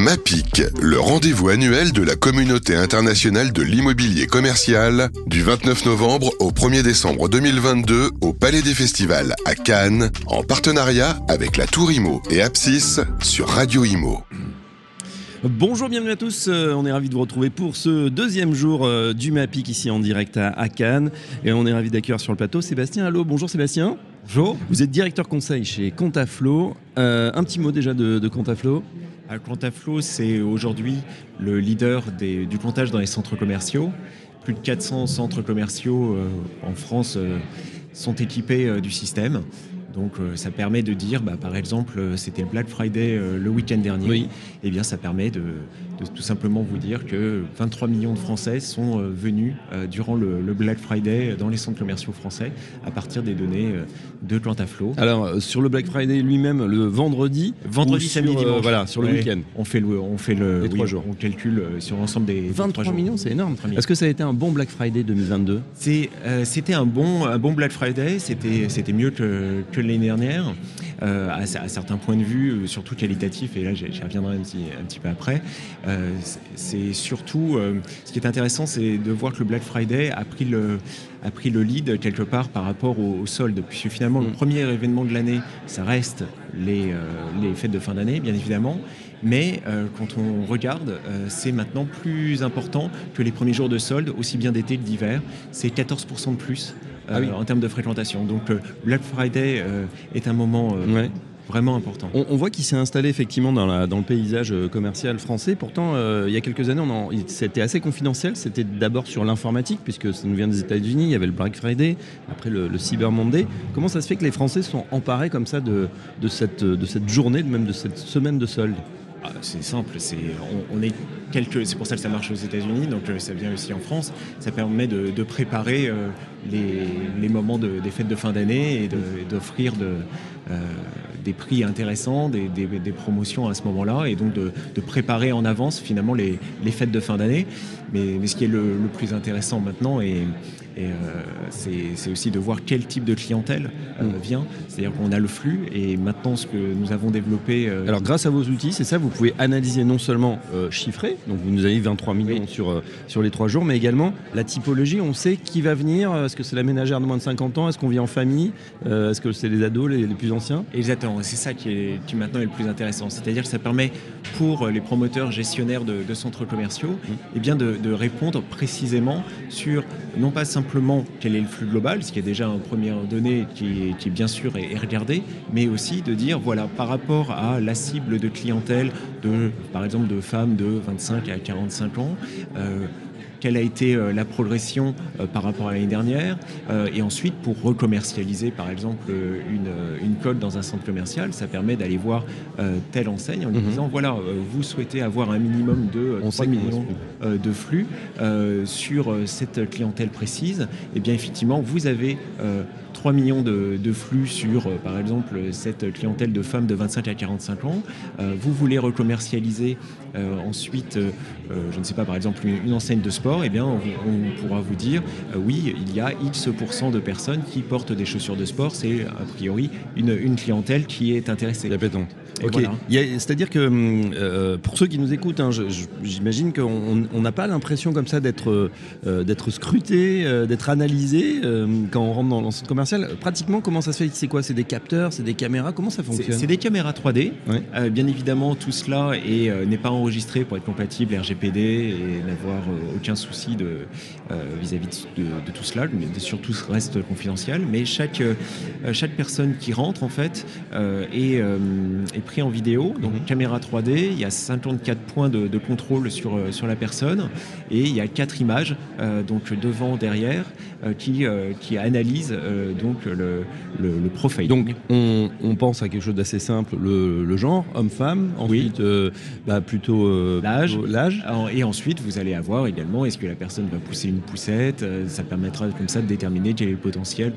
MAPIC, le rendez-vous annuel de la communauté internationale de l'immobilier commercial, du 29 novembre au 1er décembre 2022 au Palais des Festivals à Cannes, en partenariat avec la Tour Imo et Apsis sur Radio Imo. Bonjour, bienvenue à tous, on est ravis de vous retrouver pour ce deuxième jour du MAPIC ici en direct à Cannes, et on est ravis d'accueillir sur le plateau Sébastien. Allô, bonjour Sébastien. Bonjour. Vous êtes directeur conseil chez Quantaflo, un petit mot déjà de Quantaflo. Quantaflo, c'est aujourd'hui le leader du comptage dans les centres commerciaux. Plus de 400 centres commerciaux en France sont équipés du système. Donc ça permet de dire, par exemple, c'était le Black Friday le week-end dernier. Oui. Eh bien, ça permet de tout simplement vous dire que 23 millions de Français sont venus durant le Black Friday dans les centres commerciaux français à partir des données de Quantaflo. Alors, sur le Black Friday lui-même, le vendredi, samedi, dimanche. Voilà, sur le week-end. On fait les 3 jours. On calcule sur l'ensemble des 23 millions, c'est énorme. Est-ce que ça a été un bon Black Friday 2022 ? C'était un bon Black Friday, c'était mieux que l'année dernière, à certains points de vue, surtout qualitatifs, et là j'y reviendrai un petit peu après. C'est surtout, ce qui est intéressant, c'est de voir que le Black Friday a pris le lead quelque part par rapport aux soldes, puisque finalement le premier événement de l'année, ça reste les fêtes de fin d'année, bien évidemment. Mais quand on regarde, c'est maintenant plus important que les premiers jours de solde, aussi bien d'été que d'hiver. C'est 14% de plus en termes de fréquentation. Donc Black Friday est un moment vraiment important. On voit qu'il s'est installé effectivement dans le paysage commercial français. Pourtant, il y a quelques années, c'était assez confidentiel. C'était d'abord sur l'informatique, puisque ça nous vient des États-Unis. Il y avait le Black Friday, après le Cyber Monday. Comment ça se fait que les Français sont emparés comme ça de cette journée, même de cette semaine de solde ? C'est simple, c'est pour ça que ça marche aux États-Unis, donc ça vient aussi en France. Ça permet de préparer les moments des fêtes de fin d'année et d'offrir des prix intéressants, des promotions à ce moment-là, et donc de préparer en avance finalement les fêtes de fin d'année. Mais ce qui est le plus intéressant maintenant, c'est aussi de voir quel type de clientèle vient. C'est-à-dire qu'on a le flux, et maintenant ce que nous avons développé... Alors grâce à vos outils, c'est ça, vous pouvez analyser non seulement chiffrer, donc vous nous avez dit 23 millions sur les 3 jours, mais également la typologie. On sait qui va venir. Est-ce que c'est la ménagère de moins de 50 ans? Est-ce qu'on vit en famille? Est-ce que c'est les ados, les plus anciens? Exactement, c'est ça qui maintenant est le plus intéressant. C'est-à-dire que ça permet pour les promoteurs gestionnaires de centres commerciaux de répondre précisément sur, non pas simplement quel est le flux global, ce qui est déjà une première donnée qui est bien sûr est regardée, mais aussi de dire, voilà, par rapport à la cible de clientèle, par exemple de femmes de 25 à 45 ans, quelle a été la progression par rapport à l'année dernière, et ensuite pour recommercialiser par exemple une colle dans un centre commercial, ça permet d'aller voir telle enseigne en lui disant voilà, vous souhaitez avoir un minimum de 3 millions de flux sur cette clientèle précise, et bien effectivement vous avez 3 millions de flux sur, par exemple, cette clientèle de femmes de 25 à 45 ans. Vous voulez recommercialiser ensuite, je ne sais pas, par exemple, une enseigne de sport, eh bien, on pourra vous dire, oui, il y a X% de personnes qui portent des chaussures de sport. C'est, a priori, une clientèle qui est intéressée. La pétante. Ok. Voilà. C'est-à-dire que pour ceux qui nous écoutent, j'imagine qu'on n'a pas l'impression comme ça d'être scruté, d'être analysé quand on rentre dans le centre commercial. Pratiquement, comment ça se fait? C'est quoi? C'est des capteurs, c'est des caméras? Comment ça fonctionne? C'est des caméras 3D. Ouais. Bien évidemment, tout cela n'est pas enregistré pour être compatible RGPD et n'avoir aucun souci vis-à-vis de tout cela. Mais surtout, ça reste confidentiel. Mais chaque personne qui rentre, en fait, est pris en vidéo. Donc, caméra 3D, il y a 54 points de contrôle sur la personne, et il y a 4 images, donc devant, derrière, qui analysent donc le profil. Donc on pense à quelque chose d'assez simple, le genre, homme-femme, ensuite plutôt l'âge. Et ensuite vous allez avoir également, est-ce que la personne va pousser une poussette, ça permettra comme ça de déterminer quel est le potentiel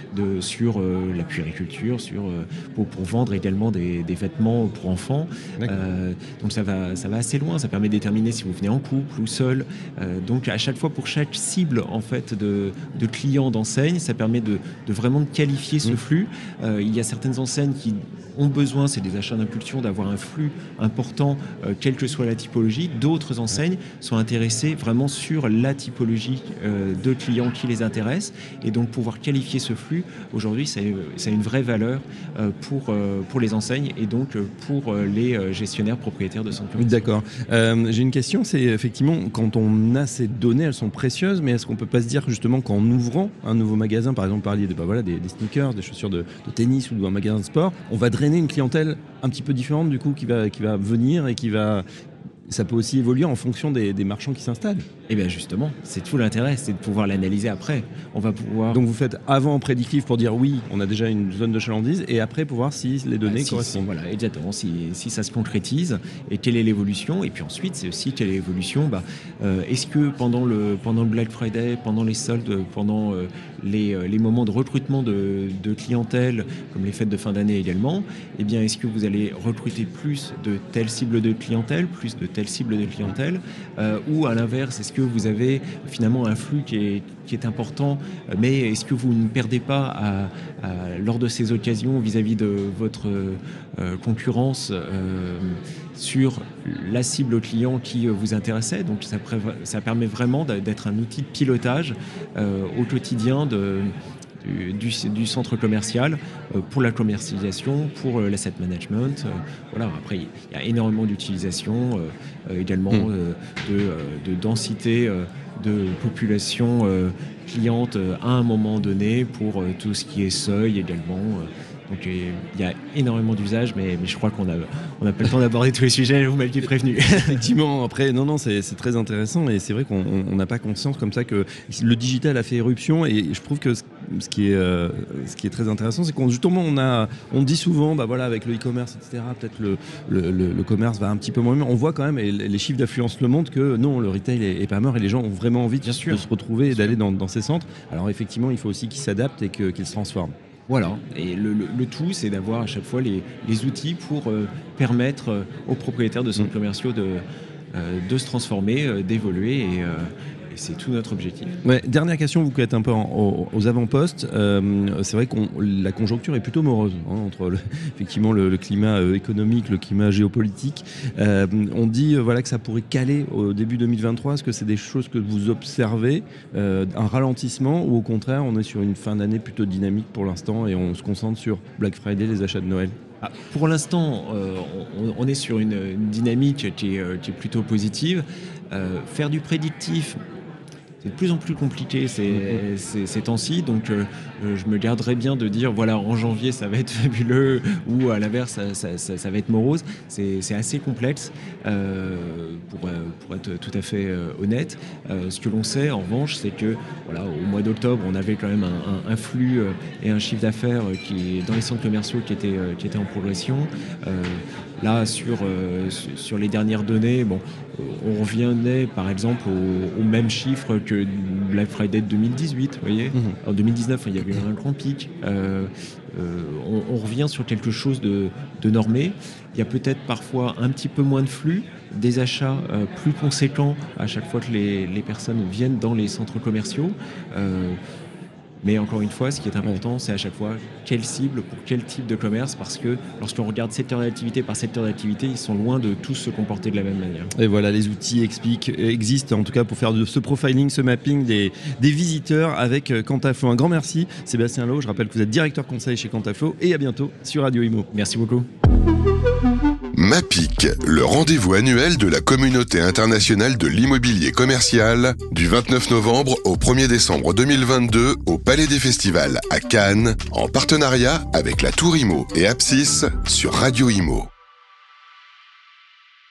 sur la puériculture, pour vendre également des vêtements pour enfants. Donc ça va assez loin, ça permet de déterminer si vous venez en couple ou seul. Donc à chaque fois, pour chaque cible en fait de clients d'enseigne, ça permet de vraiment de qualifier ce flux. Il y a certaines enseignes qui ont besoin, c'est des achats d'impulsion, d'avoir un flux important, quelle que soit la typologie. D'autres enseignes sont intéressées vraiment sur la typologie de clients qui les intéresse. Et donc pouvoir qualifier ce flux, aujourd'hui, ça a une vraie valeur pour les enseignes et donc pour les gestionnaires propriétaires de centres commerciaux. D'accord. J'ai une question, c'est effectivement, quand on a ces données, elles sont précieuses, mais est-ce qu'on peut pas se dire justement qu'en ouvrant un nouveau magasin, par exemple, parliez des sneakers, des chaussures de tennis ou d'un magasin de sport, on va drainer une clientèle un petit peu différente du coup qui va venir et ça peut aussi évoluer en fonction des marchands qui s'installent. Et bien justement, c'est tout l'intérêt, c'est de pouvoir l'analyser après. On va pouvoir... Donc vous faites avant prédictif pour dire oui, on a déjà une zone de chalandise, et après pour voir si les données correspondent. Voilà, exactement, si ça se concrétise et quelle est l'évolution. Et puis ensuite, c'est aussi quelle est l'évolution. Est-ce que pendant le Black Friday, pendant les soldes, pendant les moments de recrutement de clientèle, comme les fêtes de fin d'année également, eh bien, est-ce que vous allez recruter plus de telle cible de clientèle, plus de telle cible de clientèle, ou à l'inverse, est-ce que vous avez finalement un flux qui est important, mais est-ce que vous ne perdez pas lors de ces occasions vis-à-vis de votre concurrence sur la cible client qui vous intéressait? Donc ça permet vraiment d'être un outil de pilotage au quotidien du centre commercial pour la commercialisation, pour l'asset management. Voilà. Après, il y a énormément d'utilisation également de densité de population cliente à un moment donné pour tout ce qui est seuil également. Donc il y a énormément d'usages, mais je crois qu'on n'a pas le temps d'aborder tous les sujets, vous m'aviez prévenu. Effectivement, après, non, c'est très intéressant, et c'est vrai qu'on n'a pas conscience comme ça que le digital a fait éruption, et je trouve que ce qui est très intéressant, c'est qu'on justement on dit souvent, avec le e-commerce, etc., peut-être le commerce va un petit peu moins, mais on voit quand même, et les chiffres d'affluence le montrent, que non, le retail est pas mort, et les gens ont vraiment envie de se retrouver et d'aller dans ces centres. Alors effectivement, il faut aussi qu'ils s'adaptent et qu'ils se transforment. Voilà, et le tout, c'est d'avoir à chaque fois les outils pour permettre aux propriétaires de centres commerciaux de se transformer, d'évoluer, et c'est tout notre objectif. Ouais, dernière question, vous qui êtes un peu aux avant-postes, c'est vrai que la conjoncture est plutôt morose entre effectivement le climat économique, le climat géopolitique. On dit que ça pourrait caler au début 2023. Est-ce que c'est des choses que vous observez, un ralentissement, ou au contraire on est sur une fin d'année plutôt dynamique pour l'instant et on se concentre sur Black Friday, les achats de Noël? Pour l'instant, on est sur une dynamique qui est plutôt positive. Faire du prédictif, c'est de plus en plus compliqué ces temps-ci, donc je me garderais bien de dire en janvier ça va être fabuleux, ou à l'inverse ça va être morose. C'est assez complexe pour être tout à fait honnête. Ce que l'on sait en revanche, c'est que au mois d'octobre on avait quand même un flux et un chiffre d'affaires qui dans les centres commerciaux qui était en progression. Là sur les dernières données, on revenait par exemple au même chiffre que Black Friday de 2018, vous voyez. En 2019, il y avait un grand pic. On revient sur quelque chose de normé. Il y a peut-être parfois un petit peu moins de flux, des achats plus conséquents à chaque fois que les personnes viennent dans les centres commerciaux. Mais encore une fois, ce qui est important, c'est à chaque fois quelle cible pour quel type de commerce, parce que lorsqu'on regarde secteur d'activité par secteur d'activité, ils sont loin de tous se comporter de la même manière. Et voilà, les outils existent en tout cas pour faire de ce profiling, ce mapping des visiteurs avec Quantaflo. Un grand merci, Sébastien Lau. Je rappelle que vous êtes directeur conseil chez Quantaflo, et à bientôt sur Radio Imo. Merci beaucoup. MAPIC, le rendez-vous annuel de la communauté internationale de l'immobilier commercial, du 29 novembre au 1er décembre 2022 au Palais des Festivals à Cannes, en partenariat avec la Tour Imo et Apsis sur Radio Imo.